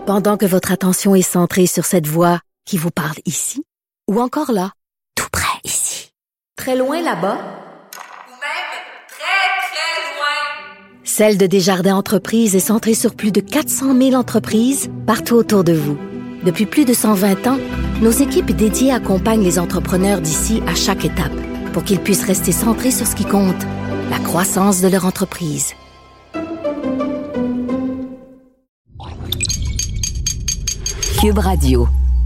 Pendant que votre attention est centrée sur cette voix qui vous parle ici, ou encore là, tout près ici, très loin là-bas, ou même très, très loin. Celle de Desjardins Entreprises est centrée sur plus de 400 000 entreprises partout autour de vous. Depuis plus de 120 ans, nos équipes dédiées accompagnent les entrepreneurs d'ici à chaque étape pour qu'ils puissent rester centrés sur ce qui compte, la croissance de leur entreprise. Cube Radio.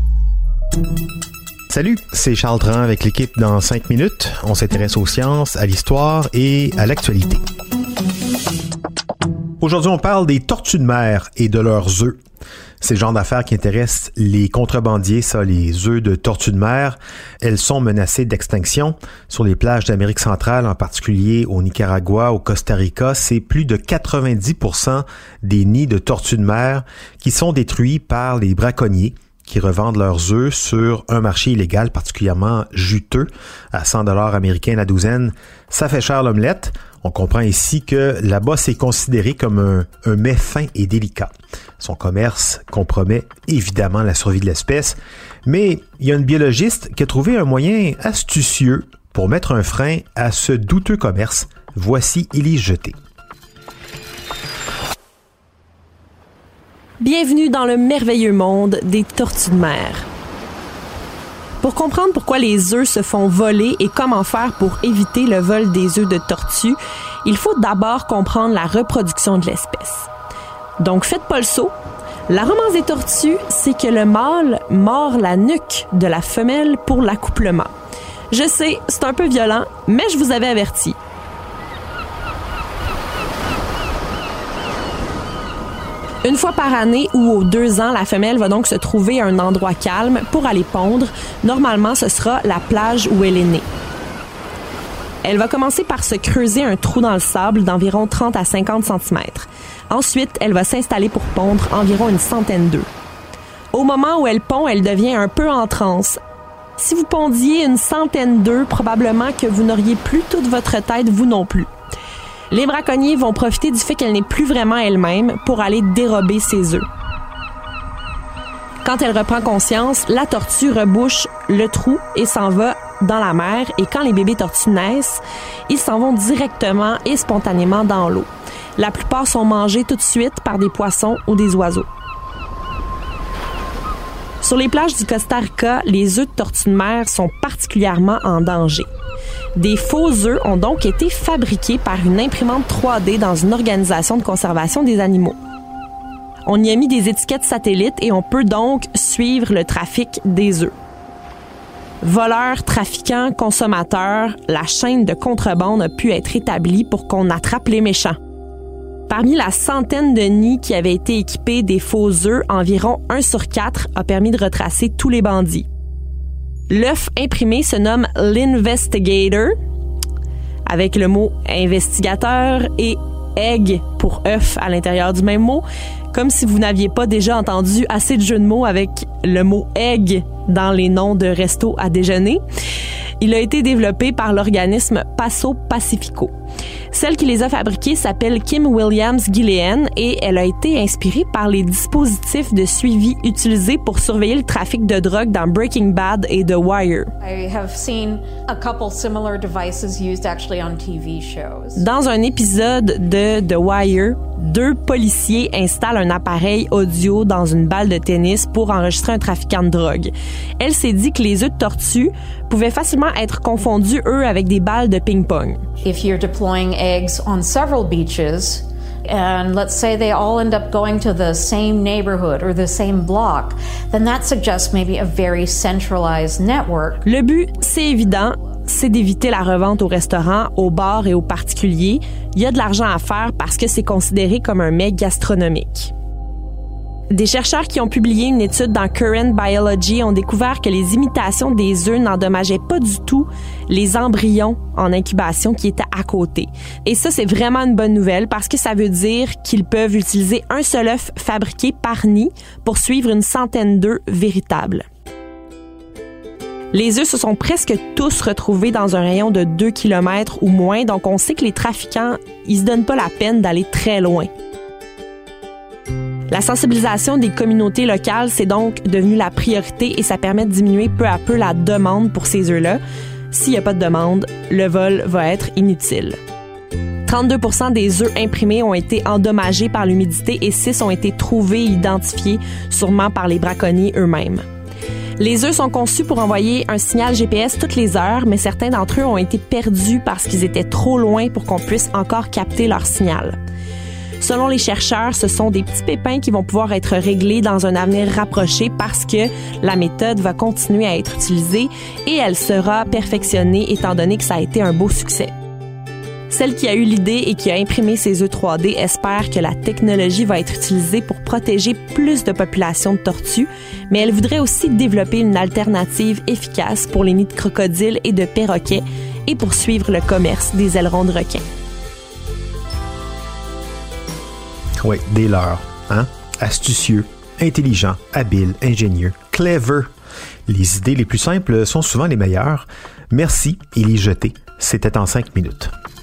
Salut, c'est Charles Tran avec l'équipe dans 5 minutes. On s'intéresse aux sciences, à l'histoire et à l'actualité. Aujourd'hui, on parle des tortues de mer et de leurs œufs. C'est le genre d'affaires qui intéresse les contrebandiers, ça, les œufs de tortues de mer. Elles sont menacées d'extinction. Sur les plages d'Amérique centrale, en particulier au Nicaragua, au Costa Rica, c'est plus de 90% des nids de tortues de mer qui sont détruits par les braconniers qui revendent leurs œufs sur un marché illégal particulièrement juteux à 100 $ américains la douzaine. Ça fait cher l'omelette. On comprend ici que là-bas, c'est considéré comme un mets fin et délicat. Son commerce compromet évidemment la survie de l'espèce, mais il y a une biologiste qui a trouvé un moyen astucieux pour mettre un frein à ce douteux commerce. Voici Élise Jeté. Bienvenue dans le merveilleux monde des tortues de mer. Pour comprendre pourquoi les œufs se font voler et comment faire pour éviter le vol des œufs de tortue, il faut d'abord comprendre la reproduction de l'espèce. Donc faites pas le saut. La romance des tortues, c'est que le mâle mord la nuque de la femelle pour l'accouplement. Je sais, c'est un peu violent, mais je vous avais averti. Une fois par année ou aux 2 ans, la femelle va donc se trouver à un endroit calme pour aller pondre. Normalement, ce sera la plage où elle est née. Elle va commencer par se creuser un trou dans le sable d'environ 30 à 50 cm. Ensuite, elle va s'installer pour pondre environ une centaine d'œufs. Au moment où elle pond, elle devient un peu en transe. Si vous pondiez une centaine d'œufs, probablement que vous n'auriez plus toute votre tête, vous non plus. Les braconniers vont profiter du fait qu'elle n'est plus vraiment elle-même pour aller dérober ses œufs. Quand elle reprend conscience, la tortue rebouche le trou et s'en va dans la mer. Et quand les bébés tortues naissent, ils s'en vont directement et spontanément dans l'eau. La plupart sont mangés tout de suite par des poissons ou des oiseaux. Sur les plages du Costa Rica, les œufs de tortues de mer sont particulièrement en danger. Des faux œufs ont donc été fabriqués par une imprimante 3D dans une organisation de conservation des animaux. On y a mis des étiquettes satellites et on peut donc suivre le trafic des œufs. Voleurs, trafiquants, consommateurs, la chaîne de contrebande a pu être établie pour qu'on attrape les méchants. Parmi la centaine de nids qui avaient été équipés des faux œufs, environ 1 sur 4 a permis de retracer tous les bandits. L'œuf imprimé se nomme l'Investigator, avec le mot investigateur et egg pour œuf à l'intérieur du même mot, comme si vous n'aviez pas déjà entendu assez de jeux de mots avec le mot egg dans les noms de restos à déjeuner. Il a été développé par l'organisme Paso Pacifico. Celle qui les a fabriqués s'appelle Kim Williams-Gillian et elle a été inspirée par les dispositifs de suivi utilisés pour surveiller le trafic de drogue dans Breaking Bad et The Wire. I have seen a couple similar devices used actually on TV shows. Dans un épisode de The Wire, 2 policiers installent un appareil audio dans une balle de tennis pour enregistrer un trafiquant de drogue. Elle s'est dit que les œufs de tortue pouvaient facilement être confondus, eux, avec des balles de ping-pong. If you're deploying eggs on several beaches, and let's say they all end up going to the same neighborhood or the same block, then that suggests maybe a very centralized network. Le but, c'est évident, c'est d'éviter la revente aux restaurants, aux bars et aux particuliers. Il y a de l'argent à faire parce que c'est considéré comme un mets gastronomique. Des chercheurs qui ont publié une étude dans Current Biology ont découvert que les imitations des œufs n'endommageaient pas du tout les embryons en incubation qui étaient à côté. Et ça, c'est vraiment une bonne nouvelle parce que ça veut dire qu'ils peuvent utiliser un seul œuf fabriqué par nid pour suivre une centaine d'œufs véritables. Les œufs se sont presque tous retrouvés dans un rayon de 2 km ou moins, donc on sait que les trafiquants, ils se donnent pas la peine d'aller très loin. La sensibilisation des communautés locales, c'est donc devenu la priorité et ça permet de diminuer peu à peu la demande pour ces œufs-là. S'il n'y a pas de demande, le vol va être inutile. 32% des œufs imprimés ont été endommagés par l'humidité et 6 ont été trouvés et identifiés, sûrement par les braconniers eux-mêmes. Les œufs sont conçus pour envoyer un signal GPS toutes les heures, mais certains d'entre eux ont été perdus parce qu'ils étaient trop loin pour qu'on puisse encore capter leur signal. Selon les chercheurs, ce sont des petits pépins qui vont pouvoir être réglés dans un avenir rapproché parce que la méthode va continuer à être utilisée et elle sera perfectionnée étant donné que ça a été un beau succès. Celle qui a eu l'idée et qui a imprimé ces œufs 3D espère que la technologie va être utilisée pour protéger plus de populations de tortues, mais elle voudrait aussi développer une alternative efficace pour les nids de crocodiles et de perroquets et poursuivre le commerce des ailerons de requins. Oui, des leurs, hein? Astucieux, intelligent, habile, ingénieux, clever. Les idées les plus simples sont souvent les meilleures. Merci, il est jeté. C'était en 5 minutes.